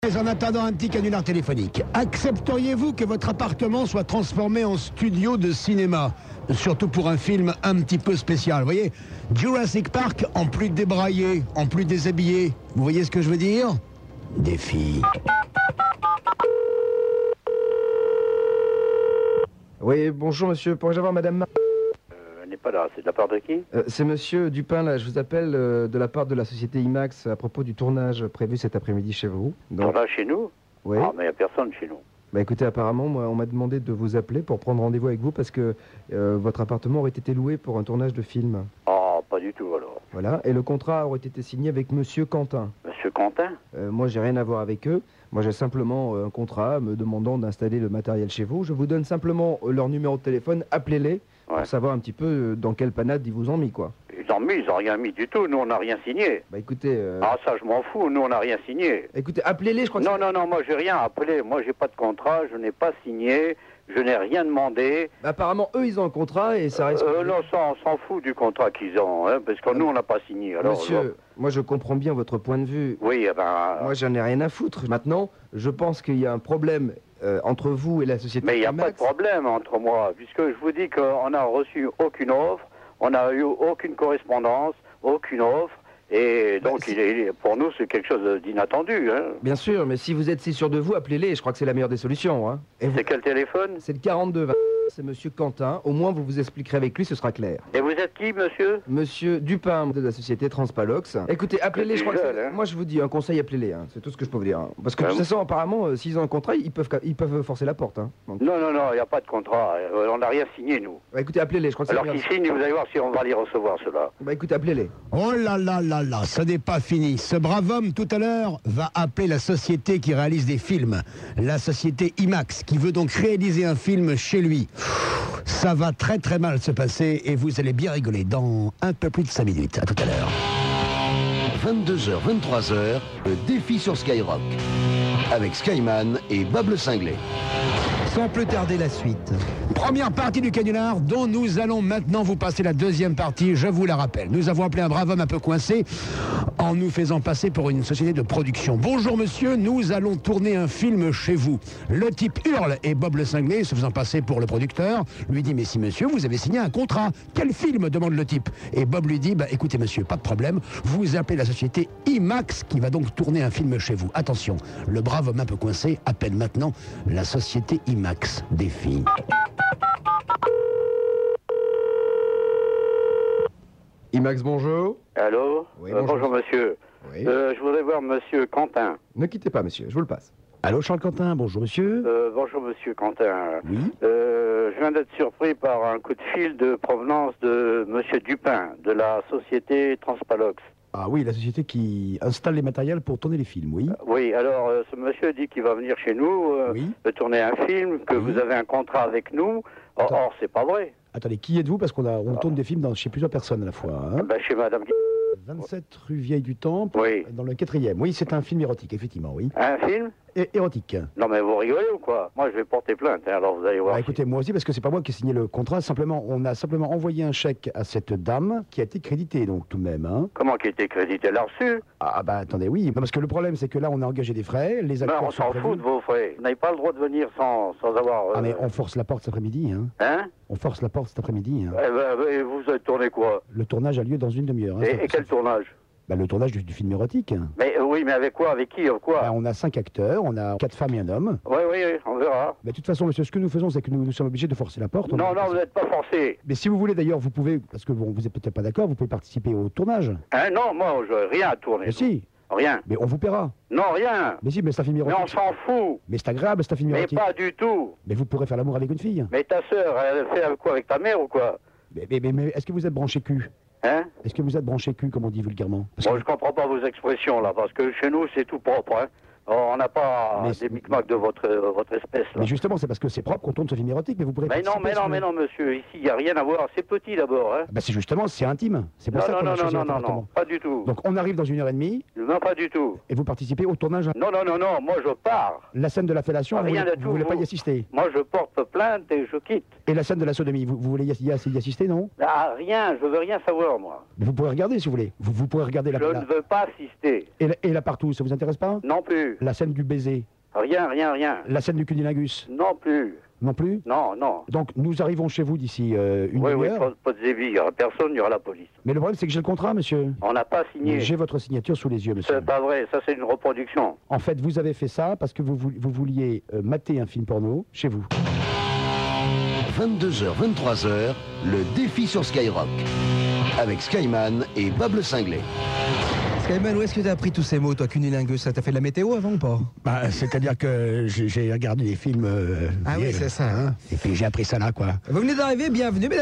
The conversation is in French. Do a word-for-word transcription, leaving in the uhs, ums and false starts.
En attendant un petit canular téléphonique, accepteriez-vous que votre appartement soit transformé en studio de cinéma? Surtout pour un film un petit peu spécial. Vous voyez, Jurassic Park en plus débraillé, en plus déshabillé. Vous voyez ce que je veux dire? Des filles. Oui, bonjour monsieur, pourrais-je avoir madame Mar... Euh, elle n'est pas là, c'est de la part de qui? euh, C'est monsieur Dupin, là, je vous appelle euh, de la part de la société IMAX à propos du tournage prévu cet après-midi chez vous. Donc... Tournage chez nous? Oui. Ah, mais il n'y a personne chez nous. Bah écoutez, apparemment, moi, on m'a demandé de vous appeler pour prendre rendez-vous avec vous parce que euh, votre appartement aurait été loué pour un tournage de film. Ah, pas du tout alors. Voilà, et le contrat aurait été signé avec monsieur Quentin. Monsieur Quentin? Euh, moi, j'ai rien à voir avec eux. Moi, j'ai simplement euh, un contrat me demandant d'installer le matériel chez vous. Je vous donne simplement euh, leur numéro de téléphone, appelez-les Ouais. pour savoir un petit peu euh, dans quelle panade ils vous ont mis, quoi. Ils ont mis, ils n'ont rien mis du tout, nous on n'a rien signé. Bah écoutez... euh, Ah, ça je m'en fous, nous on n'a rien signé. Écoutez, appelez-les, je crois que Non, c'est- non, non, moi j'ai rien appelé, moi j'ai pas de contrat, je n'ai pas signé, je n'ai rien demandé. Apparemment, eux, ils ont un contrat et ça reste... Euh, non, ça on s'en fout du contrat qu'ils ont, hein, parce que nous on n'a pas signé. Alors, Monsieur, alors- moi je comprends bien votre point de vue. Oui, eh ben... Moi, j'en ai rien à foutre. Maintenant, je pense qu'il y a un problème euh, entre vous et la société Mais il n'y a pas de IMAX. problème entre moi, puisque je vous dis qu'on n'a reçu aucune offre, on n'a eu aucune correspondance, aucune offre, et donc Bah, si- il est, il est- pour nous c'est quelque chose d'inattendu. Hein. Bien sûr, mais si vous êtes si sûr de vous, appelez-les. Je crois que c'est la meilleure des solutions. Hein. Et vous- C'est quel téléphone? C'est le quarante-deux vingt. C'est monsieur Quentin. Au moins, vous vous expliquerez avec lui, ce sera clair. Et vous êtes qui, monsieur? Monsieur Dupin de la société Transpalox. Écoutez, appelez-les. Je crois que c'est- Jeune, hein. Moi, je vous dis un conseil, appelez-les. Hein. C'est tout ce que je peux vous dire. hein. Parce que de Ah toute bon façon, apparemment, euh, s'ils ont un contrat, ils peuvent, ils peuvent forcer la porte. Hein. Donc, Non, non, non, il n'y a pas de contrat, euh, on n'a rien signé nous. bah, écoutez, appelez-les. Je crois que c'est Alors la qu'ils meilleure- signent, vous allez voir si on va les recevoir ceux-là. Bah écoutez, appelez-les. Oh là là là là, ce n'est pas fini. Ce brave homme, tout à l'heure, va appeler la société qui réalise des films. La société IMAX, qui veut donc réaliser un film chez lui. Ça va très très mal se passer et vous allez bien rigoler dans un peu plus de cinq minutes. À tout à l'heure. vingt-deux heures, vingt-trois heures, le défi sur Skyrock. Avec Skyman et Bob le Cinglé. Sans plus tarder, la suite. Première partie du canular dont nous allons maintenant vous passer la deuxième partie, je vous la rappelle. Nous avons appelé un brave homme un peu coincé en nous faisant passer pour une société de production. Bonjour monsieur, nous allons tourner un film chez vous. Le type hurle et Bob le Cinglé, se faisant passer pour le producteur, lui dit mais si monsieur, vous avez signé un contrat. Quel film demande le type? Et Bob lui dit bah écoutez monsieur, pas de problème, vous appelez la société IMAX qui va donc tourner un film chez vous. Attention, le brave homme un peu coincé appelle maintenant la société IMAX des filles. IMAX, bonjour. Allô? Oui, Euh, bonjour. bonjour monsieur. Oui. Euh, je voudrais voir monsieur Quentin. Ne quittez pas, monsieur. Je vous le passe. Allô Charles Quentin, bonjour monsieur. Euh, bonjour monsieur Quentin. Oui. Euh, je viens d'être surpris par un coup de fil de provenance de monsieur Dupin, de la société Transpalox. Ah oui, la société qui installe les matériels pour tourner les films, oui. Oui, alors euh, ce monsieur dit qu'il va venir chez nous euh, Oui. euh, tourner un film, que Oui. vous avez un contrat avec nous. Or, Attends. or, c'est pas vrai. Attendez, qui êtes-vous? Parce qu'on a, on tourne des films dans, chez plusieurs personnes à la fois. hein. Ben, chez madame... vingt-sept rue Vieille du Temple, Oui. dans le quatrième. Oui, c'est un film érotique, effectivement, oui. Un film? Et érotique. Non mais vous rigolez ou quoi? Moi je vais porter plainte, hein, alors vous allez voir. Ah, si- écoutez, moi aussi, parce que c'est pas moi qui ai signé le contrat, simplement, on a simplement envoyé un chèque à cette dame qui a été créditée, donc tout de même. Hein. Comment qui était crédité? Elle l'a reçu? Ah bah attendez, oui, non, parce que le problème c'est que là on a engagé des frais, les Ben, acteurs on sont s'en prévenus. fout de vos frais. Vous n'avez pas le droit de venir sans, sans avoir... euh, Ah mais on force la porte cet après-midi, hein. Hein? On force la porte cet après-midi. Hein. Eh ben, et vous avez tourné quoi? Le tournage a lieu dans une demi-heure. hein. Et, Ça- et quel ça- tournage? bah, le tournage du, du film érotique. Mais euh, oui, mais avec quoi? Avec qui? Avec quoi? Bah, on a cinq acteurs, on a quatre femmes et un homme. Oui, oui, oui, on verra. Mais de toute façon, monsieur, ce que nous faisons, c'est que nous, nous sommes obligés de forcer la porte. On Non, a- non, vous n'êtes pas forcé. Mais si vous voulez, d'ailleurs, vous pouvez, parce que bon, vous n'êtes peut-être pas d'accord, vous pouvez participer au tournage. Hein, non, moi, je rien à tourner. Mais si, Rien. mais on vous paiera. Non, rien. Mais si, mais c'est un film Mais érotique. on s'en fout. Mais c'est agréable, c'est un film Mais érotique. pas du tout. Mais vous pourrez faire l'amour avec une fille. Mais ta sœur, elle fait avec quoi? Avec ta mère ou quoi? Mais, mais, mais, mais est-ce que vous êtes branché cul? Hein? Est-ce que vous êtes branché cul, comme on dit vulgairement? Parce Bon, que- je comprends pas vos expressions là, parce que chez nous, c'est tout propre, hein. On n'a pas Mais des c'est- micmacs de votre, euh, votre espèce là. Mais justement, c'est parce que c'est propre qu'on tourne ce film érotique, mais vous pourrez Mais non, participer mais si non, vous mais voulez. non, monsieur. Ici, il n'y a rien à voir. C'est petit d'abord, hein. Bah c'est justement, c'est intime. C'est pour Non, ça non, qu'on non, a non, choisi non, votre non, non, appartement. pas du tout. Donc on arrive dans une heure et demie Non, pas du tout. et vous participez au tournage. Non, non, non, non, moi je pars. La scène de la fellation, Ah, vous rien voulez, du vous tout, voulez pas y vous. assister. Moi je porte plainte et je quitte. Et la scène de la sodomie, vous, vous voulez y, y- y assister, non? Ah, rien, je veux rien savoir, moi. Mais vous pourrez regarder si vous voulez. Vous, vous pourrez regarder la, Je la- ne veux pas assister. et, la, et la partout, ça vous intéresse pas? Non plus. plus. La scène du baiser. Rien, rien, rien. La scène du cunilingus. Non plus. Non plus. Non, non. Donc nous arrivons chez vous d'ici euh, une Oui, oui, demi-heure. pas, pas de zébi, il n'y aura personne, il y aura la police. Mais le problème, c'est que j'ai le contrat, monsieur. On n'a pas signé. J'ai votre signature sous les yeux, monsieur. C'est pas vrai, ça c'est une reproduction. En fait, vous avez fait ça parce que vous, vou- vous vouliez euh, mater un film porno chez vous. vingt-deux heures, vingt-trois heures, le défi sur Skyrock. Avec Skyman et Bob le Cinglé. Skyman, où est-ce que t'as appris tous ces mots, toi, cunilingus? Ça t'a fait de la météo avant ou pas? Bah, c'est-à-dire que j'ai j'ai regardé des films. euh, Ah oui, vieux, c'est ça. hein, et puis j'ai appris ça là, quoi. Vous venez d'arriver, bienvenue, mesdames